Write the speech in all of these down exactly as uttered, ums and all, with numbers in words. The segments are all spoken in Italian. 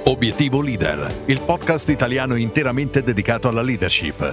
Obiettivo Leader, il podcast italiano interamente dedicato alla leadership.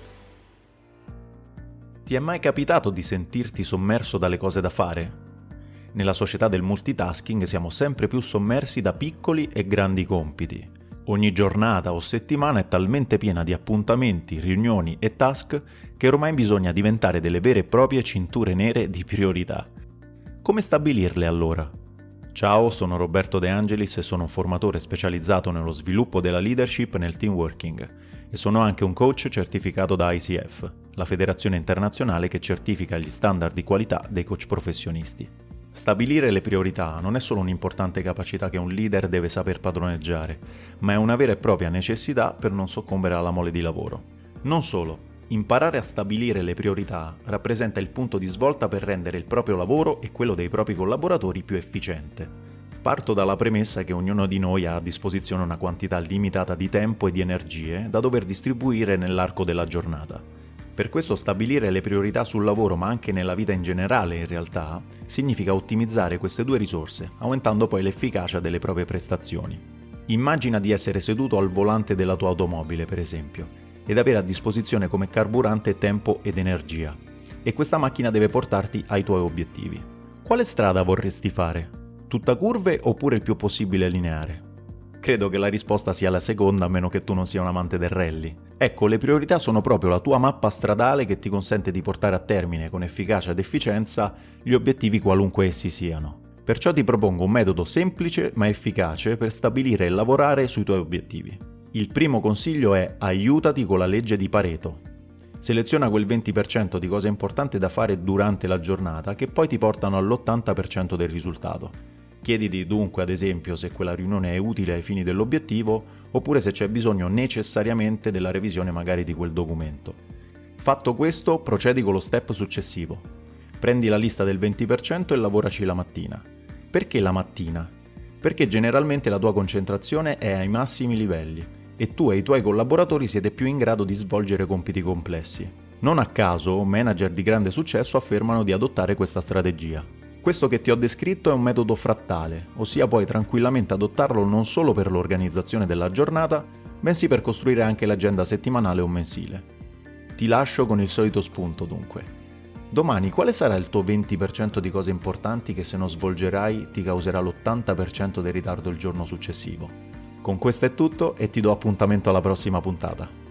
Ti è mai capitato di sentirti sommerso dalle cose da fare? Nella società del multitasking siamo sempre più sommersi da piccoli e grandi compiti. Ogni giornata o settimana è talmente piena di appuntamenti, riunioni e task che ormai bisogna diventare delle vere e proprie cinture nere di priorità. Come stabilirle allora? Ciao, sono Roberto De Angelis e sono un formatore specializzato nello sviluppo della leadership nel team working e sono anche un coach certificato da I C F, la federazione internazionale che certifica gli standard di qualità dei coach professionisti. Stabilire le priorità non è solo un'importante capacità che un leader deve saper padroneggiare, ma è una vera e propria necessità per non soccombere alla mole di lavoro. Non solo. Imparare a stabilire le priorità rappresenta il punto di svolta per rendere il proprio lavoro e quello dei propri collaboratori più efficiente. Parto dalla premessa che ognuno di noi ha a disposizione una quantità limitata di tempo e di energie da dover distribuire nell'arco della giornata. Per questo stabilire le priorità sul lavoro, ma anche nella vita in generale in realtà, significa ottimizzare queste due risorse, aumentando poi l'efficacia delle proprie prestazioni. Immagina di essere seduto al volante della tua automobile, per esempio, ed avere a disposizione come carburante tempo ed energia. E questa macchina deve portarti ai tuoi obiettivi. Quale strada vorresti fare? Tutta curve oppure il più possibile lineare? Credo che la risposta sia la seconda, a meno che tu non sia un amante del rally. Ecco, le priorità sono proprio la tua mappa stradale che ti consente di portare a termine con efficacia ed efficienza gli obiettivi qualunque essi siano. Perciò ti propongo un metodo semplice ma efficace per stabilire e lavorare sui tuoi obiettivi. Il primo consiglio è: aiutati con la legge di Pareto. Seleziona quel venti per cento di cose importanti da fare durante la giornata che poi ti portano all'ottanta per cento del risultato. Chiediti dunque, ad esempio, se quella riunione è utile ai fini dell'obiettivo oppure se c'è bisogno necessariamente della revisione magari di quel documento. Fatto questo, procedi con lo step successivo. Prendi la lista del venti per cento e lavoraci la mattina. Perché la mattina? Perché generalmente la tua concentrazione è ai massimi livelli e tu e i tuoi collaboratori siete più in grado di svolgere compiti complessi. Non a caso, manager di grande successo affermano di adottare questa strategia. Questo che ti ho descritto è un metodo frattale, ossia puoi tranquillamente adottarlo non solo per l'organizzazione della giornata, bensì per costruire anche l'agenda settimanale o mensile. Ti lascio con il solito spunto dunque. Domani quale sarà il tuo venti per cento di cose importanti che se non svolgerai ti causerà l'ottanta per cento del ritardo il giorno successivo? Con questo è tutto e ti do appuntamento alla prossima puntata.